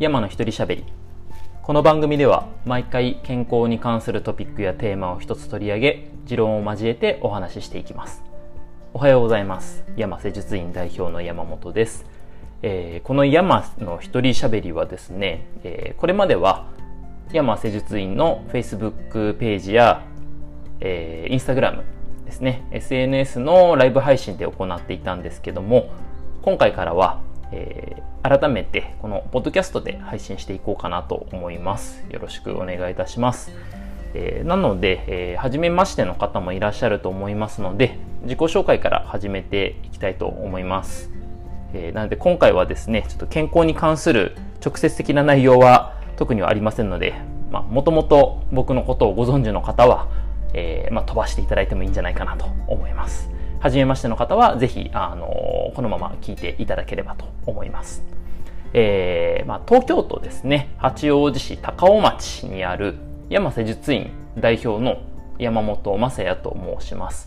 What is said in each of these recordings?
山の一人しゃべり。この番組では毎回健康に関するトピックやテーマを一つ取り上げ、持論を交えてお話ししていきます。おはようございます。山施術院代表の山本です。この山の一人しゃべりはですね、これまでは山施術院の Facebook ページや、Instagram ですね、SNS のライブ配信で行っていたんですけども、今回からは、改めてこのポッドキャストで配信していこうかなと思います。よろしくお願いいたします。なので、初めましての方もいらっしゃると思いますので、自己紹介から始めていきたいと思います。なので今回はですね、ちょっと健康に関する直接的な内容は特にはありませんので、もともと僕のことをご存知の方は、飛ばしていただいてもいいんじゃないかなと思います。初めましての方はぜひこのまま聞いていただければと思います。東京都ですね、八王子市高尾町にある山施術院代表の山本正也と申します。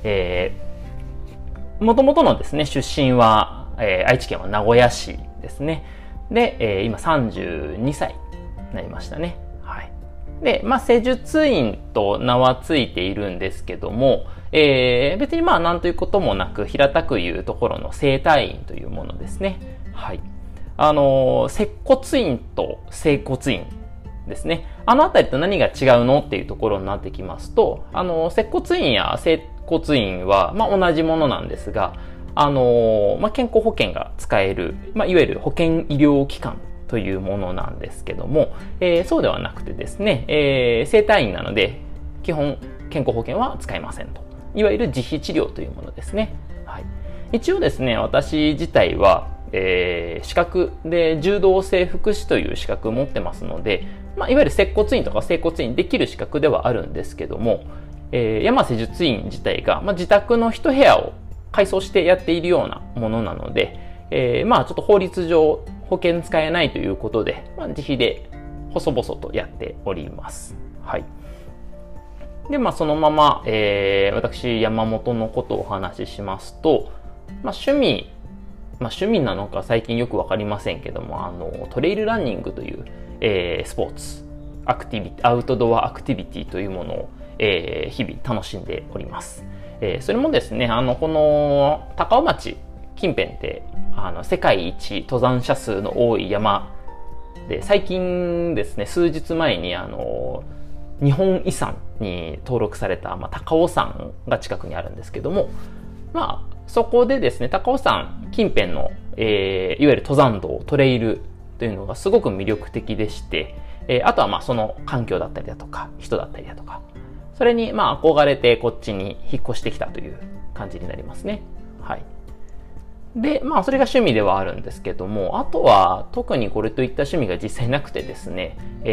もともとのですね、出身は、愛知県は名古屋市ですね。で、今32歳になりましたね。はい。で、施術院と名はついているんですけども、別になんということもなく、平たく言うところの整体院というものですね。はい。接骨院と整骨院ですね。あのあたりと何が違うのっていうところになってきますと、接骨院や整骨院は、同じものなんですが、健康保険が使える、いわゆる保険医療機関というものなんですけども、そうではなくてですね、整体院なので、基本健康保険は使えませんと。いわゆる自費治療というものですね。はい。一応ですね、私自体は、資格で柔道整復師という資格を持ってますので、いわゆる接骨院とか整骨院できる資格ではあるんですけども、山施術院自体が、自宅の一部屋を改装してやっているようなものなので、ちょっと法律上保険使えないということで、自費で細々とやっております。はい。で、そのまま、私山本のことをお話ししますと、趣味なのか最近よくわかりませんけども、トレイルランニングという、スポーツ、アウトドアアクティビティというものを、日々楽しんでおります。それもですね、この高尾町近辺って世界一登山者数の多い山で、最近ですね、数日前に日本遺産に登録された、高尾山が近くにあるんですけども、そこでですね、高尾山近辺の、いわゆる登山道、トレイルというのがすごく魅力的でして、あとはその環境だったりだとか、人だったりだとか、それに憧れてこっちに引っ越してきたという感じになりますね。はい。で、それが趣味ではあるんですけども、あとは特にこれといった趣味が実際なくてですね、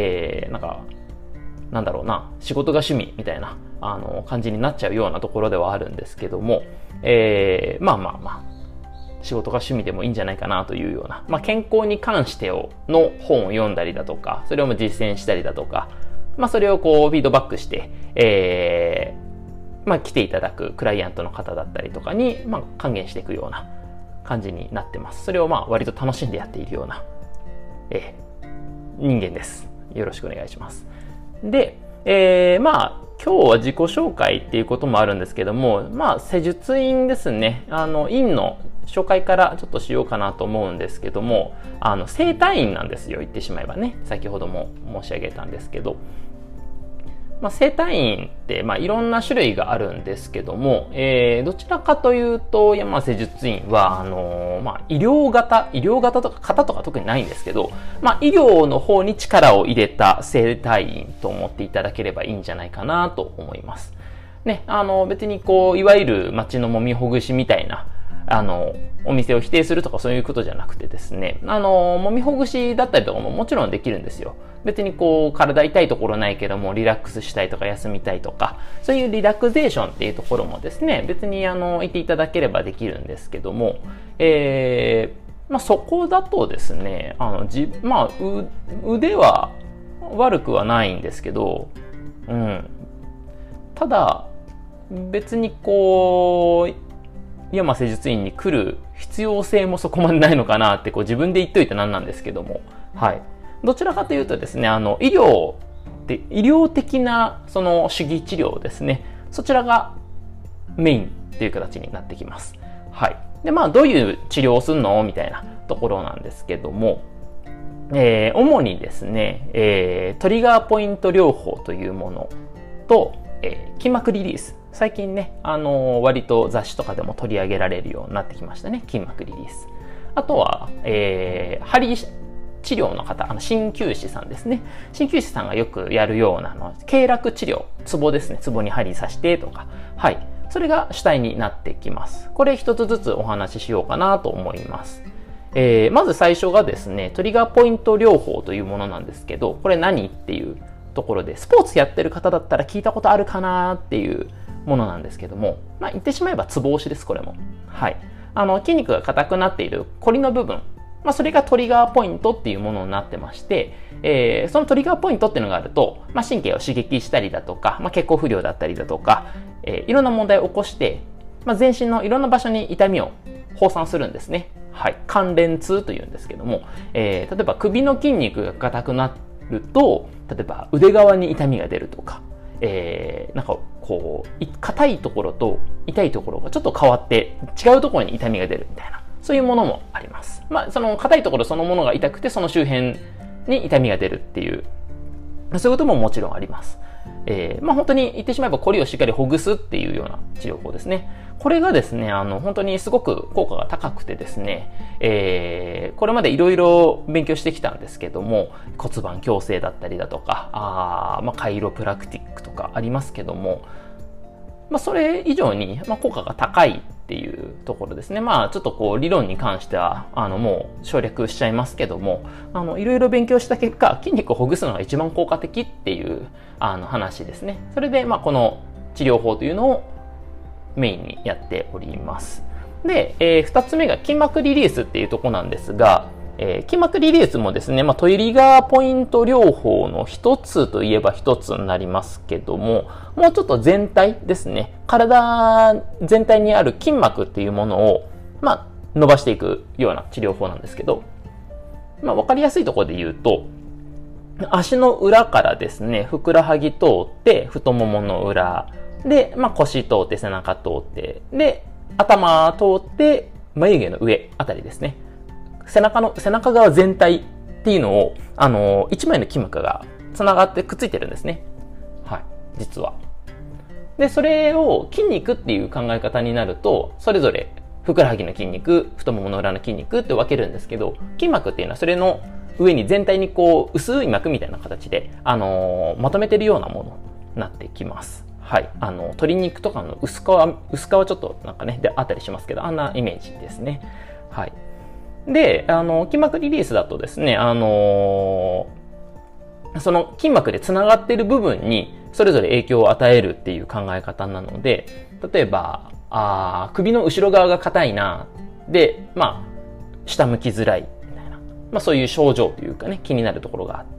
仕事が趣味みたいな感じになっちゃうようなところではあるんですけども、仕事が趣味でもいいんじゃないかなというような、健康に関しての本を読んだりだとか、それを実践したりだとか、それをフィードバックして、来ていただくクライアントの方だったりとかに、還元していくような感じになってます。それを割と楽しんでやっているような、人間です。よろしくお願いします。で、今日は自己紹介っていうこともあるんですけども、施術院ですね。院の紹介からちょっとしようかなと思うんですけども、整体院なんですよ、言ってしまえばね。先ほども申し上げたんですけど、整体院っていろんな種類があるんですけども、どちらかというと山施術院は医療型とか型とか特にないんですけど、医療の方に力を入れた整体院と思っていただければいいんじゃないかなと思います。ね、別にいわゆる町の揉みほぐしみたいなお店を否定するとかそういうことじゃなくてですね、揉みほぐしだったりとかももちろんできるんですよ。別に体痛いところないけどもリラックスしたいとか休みたいとか、そういうリラクゼーションっていうところもですね、別にいていただければできるんですけども、そこだとですね、腕は悪くはないんですけど、ただ別に井山施術院に来る必要性もそこまでないのかなってこう自分で言っといてなんなんですけども、はい。どちらかというとですね、医療的なその手技治療ですね、そちらがメインという形になってきます。はい。で、まあ、どういう治療をするのみたいなところなんですけども、主にですね、トリガーポイント療法というものと、筋膜リリース。最近ね、割と雑誌とかでも取り上げられるようになってきましたね。筋膜リリース。あとは、針治療の方、鍼灸師さんですね。鍼灸師さんがよくやるような経絡治療。ツボですね。ツボに針刺してとか。はい。それが主体になってきます。これ一つずつお話ししようかなと思います。まず最初がですね、トリガーポイント療法というものなんですけど、これ何っていうところで、スポーツやってる方だったら聞いたことあるかなっていうものなんですけども、まあ言ってしまえばツボ押しです、これも。はい。筋肉が硬くなっているコリの部分、まあそれがトリガーポイントっていうものになってまして、そのトリガーポイントっていうのがあると、まあ神経を刺激したりだとか、まあ血行不良だったりだとか、いろんな問題を起こして、まあ全身のいろんな場所に痛みを放散するんですね。はい。関連痛というんですけども、例えば首の筋肉が硬くなると、例えば腕側に痛みが出るとか、なんかこう、硬いところと痛いところがちょっと変わって違うところに痛みが出るみたいな、そういうものもあります。まあ、その硬いところそのものが痛くて、その周辺に痛みが出るっていう、そういうことももちろんあります。まあ本当に言ってしまえばコリをしっかりほぐすっていうような治療法ですね。これがですね、本当にすごく効果が高くてですね、これまでいろいろ勉強してきたんですけども、骨盤矯正だったりだとか、まあカイロプラクティックとかありますけども、まあそれ以上に、まあ、効果が高いっていうところですね。まあちょっとこう理論に関してはもう省略しちゃいますけども、いろいろ勉強した結果、筋肉をほぐすのが一番効果的っていう話ですね。それでまあこの治療法というのをメインにやっております。で、2つ目が筋膜リリースっていうところなんですが、筋膜リリースもですね、まあ、トリガーポイント療法の一つといえば一つになりますけども、もうちょっと全体ですね、体全体にある筋膜っていうものを、まあ、伸ばしていくような治療法なんですけど、まあ、わかりやすいところで言うと、足の裏からですね、ふくらはぎ通って、太ももの裏、で、まあ、腰通って背中通って、で、頭通って眉毛の上あたりですね。背中側全体っていうのを、一枚の筋膜が繋がってくっついてるんですね。はい。実は。で、それを筋肉っていう考え方になると、それぞれふくらはぎの筋肉、太ももの裏の筋肉って分けるんですけど、筋膜っていうのはそれの上に全体にこう、薄い膜みたいな形で、まとめてるようなものになってきます。はい。鶏肉とかの薄皮ちょっとなんかね、であったりしますけど、あんなイメージですね。はい。で、筋膜リリースだとですね、その筋膜で繋がっている部分にそれぞれ影響を与えるっていう考え方なので、例えば、首の後ろ側が硬いな、で、まあ、下向きづらい、みたいな。まあそういう症状というかね、気になるところがあって、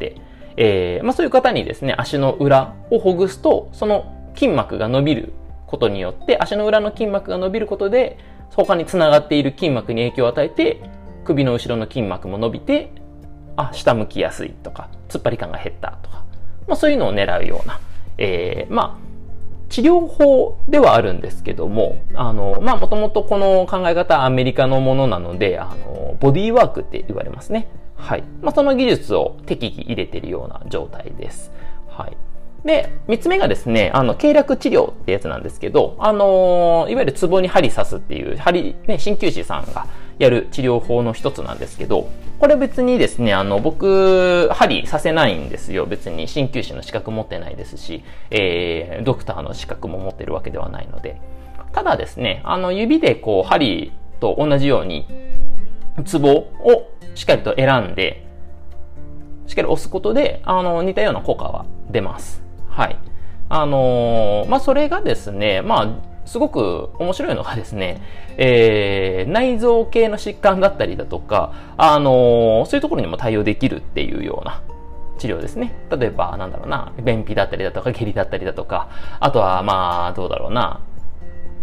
まあそういう方にですね、足の裏をほぐすと、その筋膜が伸びることによって、足の裏の筋膜が伸びることで、他に繋がっている筋膜に影響を与えて、首の後ろの筋膜も伸びて、下向きやすいとか、突っ張り感が減ったとか、まあそういうのを狙うような、まあ、治療法ではあるんですけども、まあもともとこの考え方はアメリカのものなので、ボディーワークって言われますね。はい。まあその技術を適宜入れているような状態です。はい。で、三つ目がですね、経絡治療ってやつなんですけど、いわゆるツボに針刺すっていう、ね、鍼灸師さんがやる治療法の一つなんですけど、これ別にですね、僕、針刺せないんですよ。別に鍼灸師の資格持ってないですし、ドクターの資格も持ってるわけではないので。ただですね、指でこう、針と同じように、ツボをしっかりと選んで、しっかり押すことで、似たような効果は出ます。はい。まあ、それがですね、まあ、すごく面白いのがですね、内臓系の疾患だったりだとか、そういうところにも対応できるっていうような治療ですね。例えば、なんだろうな、便秘だったりだとか、下痢だったりだとか、あとは、まあ、どうだろうな、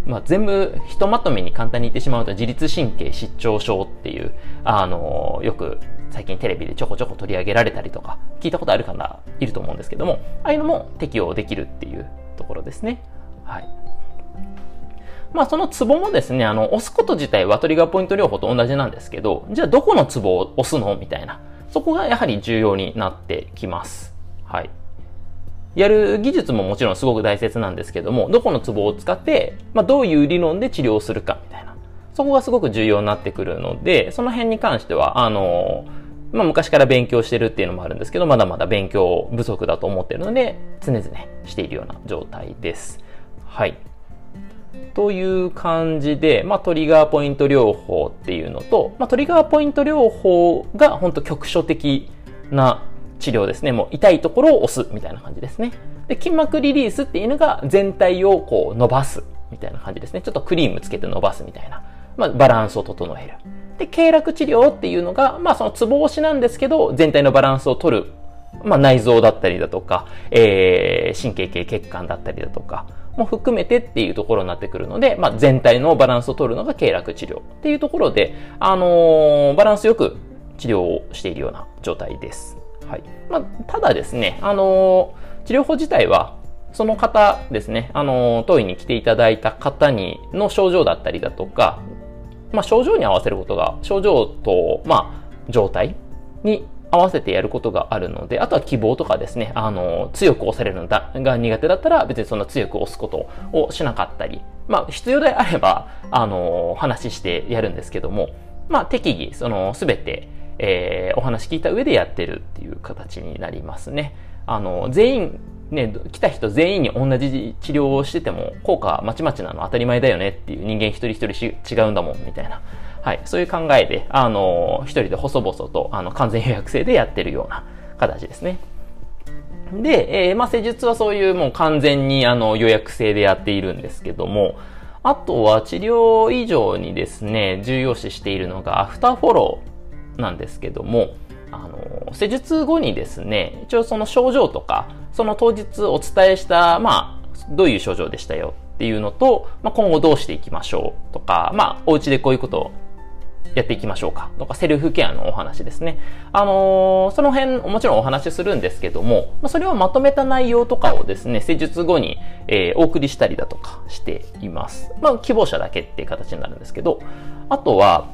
全部ひとまとめに簡単に言ってしまうと自律神経失調症っていう、よく最近テレビでちょこちょこ取り上げられたりとか、聞いたことある方いると思うんですけども、ああいうのも適用できるっていうところですね。はい。そのツボもですね、押すこと自体はトリガーポイント療法と同じなんですけど、じゃあどこのツボを押すのみたいな。そこがやはり重要になってきます。はい。やる技術ももちろんすごく大切なんですけども、どこのツボを使って、どういう理論で治療するかみたいな。そこがすごく重要になってくるので、その辺に関しては、昔から勉強してるっていうのもあるんですけど、まだまだ勉強不足だと思ってるので、常々しているような状態です。はい。という感じで、トリガーポイント療法っていうのと、トリガーポイント療法が本当局所的な治療ですね。もう痛いところを押すみたいな感じですね。で、筋膜リリースっていうのが全体をこう伸ばすみたいな感じですね。ちょっとクリームつけて伸ばすみたいな。バランスを整える。で、経絡治療っていうのが、そのツボ押しなんですけど、全体のバランスを取る。内臓だったりだとか、神経系血管だったりだとか、も含めてっていうところになってくるので、全体のバランスを取るのが経絡治療っていうところで、バランスよく治療をしているような状態です。はい。ただですね、治療法自体は、その方ですね、当院に来ていただいた方の症状だったりだとか、症状に合わせることが、症状と、状態に合わせてやることがあるので、あとは希望とかですね、強く押されるのが苦手だったら、別にそんな強く押すことをしなかったり、必要であれば、話してやるんですけども、適宜、すべて、お話聞いた上でやってるっていう形になりますね。全員、来た人全員に同じ治療をしてても、効果はまちまちなの当たり前だよねっていう人間一人一人違うんだもん、みたいな。はい。そういう考えで、一人で細々と、完全予約制でやってるような形ですね。で、施術はそういうもう完全に予約制でやっているんですけども、あとは治療以上にですね、重要視しているのがアフターフォローなんですけども、施術後にですね、一応その症状とか、その当日お伝えした、どういう症状でしたよっていうのと、今後どうしていきましょうとか、お家でこういうことをやっていきましょうかとか、セルフケアのお話ですね。その辺、もちろんお話しするんですけども、それをまとめた内容とかをですね、施術後に、お送りしたりだとかしています。希望者だけっていう形になるんですけど、あとは、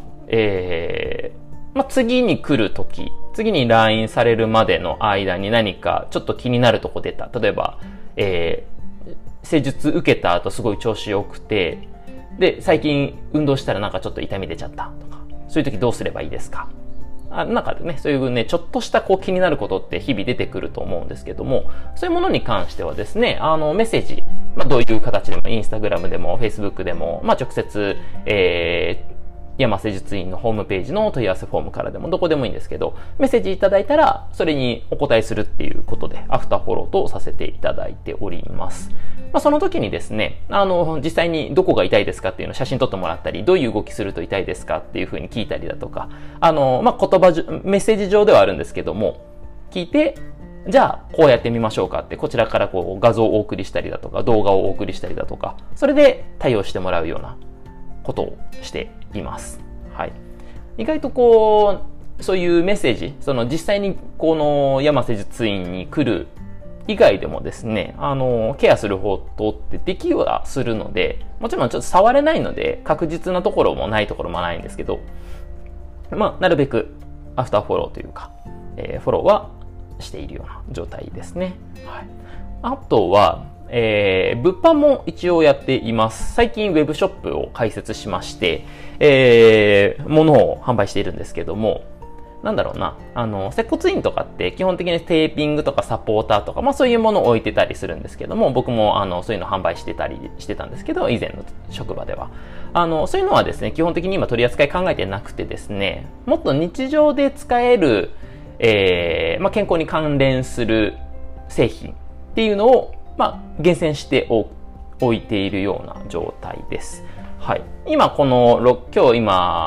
次に来るとき、次に来院されるまでの間に何かちょっと気になるとこ出た。例えば、施術受けた後すごい調子良くて、で、最近運動したらなんかちょっと痛み出ちゃったとか、そういう時どうすればいいですか？なんかね、そういうね、ちょっとしたこう気になることって日々出てくると思うんですけども、そういうものに関してはですね、メッセージ、どういう形でも、インスタグラムでも、フェイスブックでも、直接、山施術院のホームページの問い合わせフォームからでもどこでもいいんですけど、メッセージいただいたらそれにお答えするっていうことでアフターフォローとさせていただいております。その時にですね、実際にどこが痛いですかっていうのを写真撮ってもらったり、どういう動きすると痛いですかっていうふうに聞いたりだとか、メッセージ上ではあるんですけども、聞いて、じゃあこうやってみましょうかってこちらからこう画像をお送りしたりだとか動画をお送りしたりだとか、それで対応してもらうようなことをしています。はい。意外とそういうメッセージ、実際にこの山施術院に来る以外でもですね、ケアする方法ってできはするので、もちろんちょっと触れないので、確実なところもないところもないんですけど、なるべくアフターフォローというか、フォローはしているような状態ですね。はい。あとは、物販も一応やっています。最近ウェブショップを開設しまして、物を販売しているんですけども、接骨院とかって基本的にテーピングとかサポーターとか、そういうものを置いてたりするんですけども、僕もそういうの販売してたりしてたんですけど、以前の職場では。そういうのはですね、基本的に今取り扱い考えてなくてですね、もっと日常で使える、健康に関連する製品っていうのを、厳選しておいているような状態です。はい。今6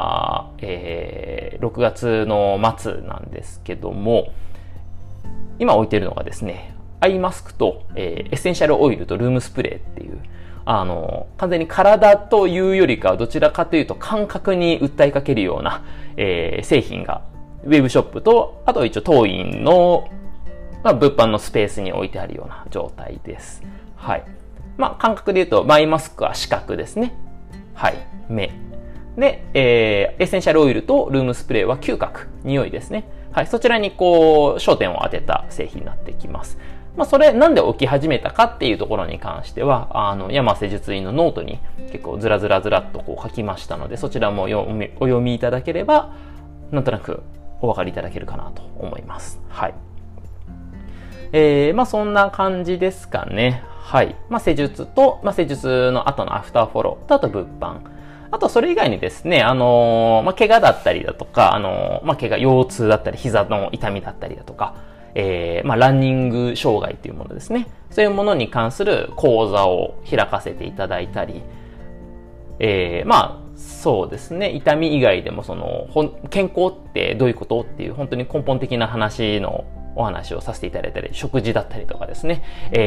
月の末なんですけども、今置いているのがですね、アイマスクと、エッセンシャルオイルとルームスプレーっていう、 完全に体というよりかはどちらかというと感覚に訴えかけるような、製品がウェブショップと、あと一応当院の、物販のスペースに置いてあるような状態です。はい。感覚で言うと、マイマスクは視覚ですね。はい。目。で、エッセンシャルオイルとルームスプレーは嗅覚、匂いですね。はい。そちらに焦点を当てた製品になってきます。それなんで起き始めたかっていうところに関しては、山瀬術院のノートに結構ずらずらずらっと書きましたので、そちらもお読みいただければ、なんとなくお分かりいただけるかなと思います。はい。そんな感じですかね。はい。施術と、施術の後のアフターフォローと、あと物販。あと、それ以外にですね、怪我だったりだとか、怪我、腰痛だったり、膝の痛みだったりだとか、ランニング障害というものですね。そういうものに関する講座を開かせていただいたり、そうですね、痛み以外でも健康ってどういうことっていう本当に根本的な話のお話をさせていただいたり、食事だったりとかですね、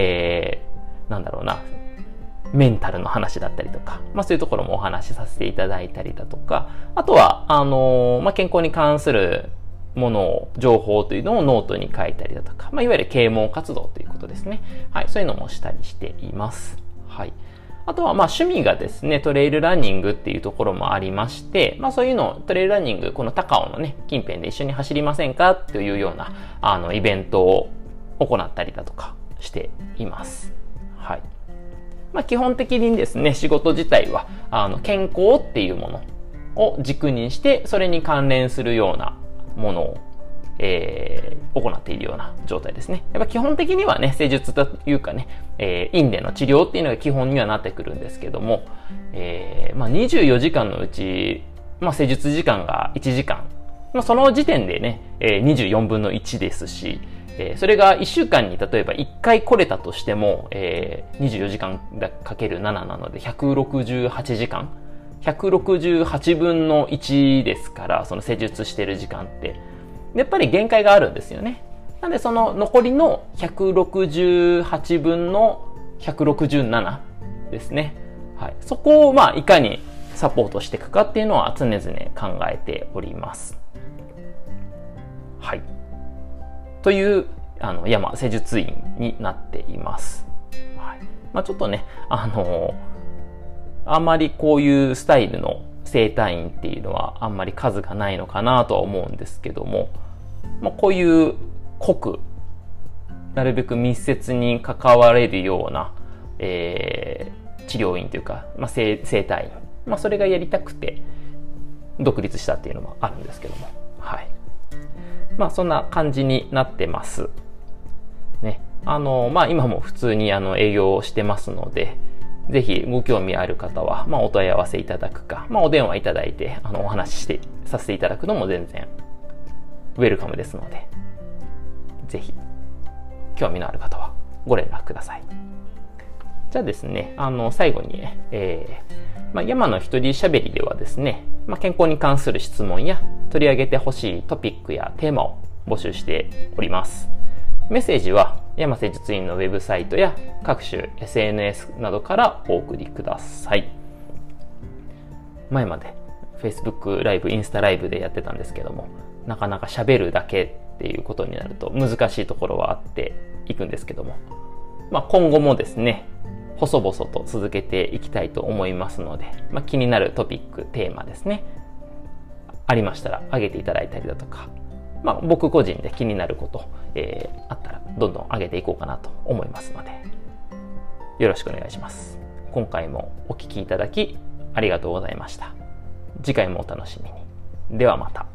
メンタルの話だったりとか、そういうところもお話しさせていただいたりだとか、あとは、健康に関するものを、情報というのをノートに書いたりだとか、いわゆる啓蒙活動ということですね。はい、そういうのもしたりしています。はい。あとは、趣味がですね、トレイルランニングっていうところもありまして、そういうの、トレイルランニング、この高尾のね、近辺で一緒に走りませんかというような、イベントを行ったりだとかしています。はい。基本的にですね、仕事自体は、健康っていうものを軸にして、それに関連するようなものを、行っているような状態ですね。やっぱ基本的にはね、施術というかね、院での治療っていうのが基本にはなってくるんですけども、24時間のうち、施術時間が1時間。その時点でね、24分の1ですし、それが1週間に例えば1回来れたとしても、24時間かける7なので168時間。168分の1ですから、その施術してる時間って。やっぱり限界があるんですよね。なんでその残りの168分の167ですね。はい。そこをいかにサポートしていくかっていうのは常々考えております。はい。という、山施術院になっています。はい。ちょっとね、あんまりこういうスタイルの整体院っていうのはあんまり数がないのかなとは思うんですけども、こういう濃く、なるべく密接に関われるような、治療院というか、整体院。それがやりたくて、独立したっていうのもあるんですけども。はい。そんな感じになってます。ね。今も普通に営業をしてますので、ぜひご興味ある方は、お問い合わせいただくか、お電話いただいて、お話しさせていただくのも全然、ウェルカムですので、ぜひ、興味のある方はご連絡ください。じゃあですね、最後に、山の一人喋りではですね、健康に関する質問や取り上げてほしいトピックやテーマを募集しております。メッセージは山施術院のウェブサイトや各種 SNS などからお送りください。前まで Facebook ライブ、インスタライブでやってたんですけども、なかなか喋るだけっていうことになると難しいところはあっていくんですけども、今後もですね、細々と続けていきたいと思いますので、気になるトピック、テーマですね、ありましたら上げていただいたりだとか、僕個人で気になること、あったらどんどん上げていこうかなと思いますので、よろしくお願いします。今回もお聞きいただきありがとうございました。次回もお楽しみに。ではまた。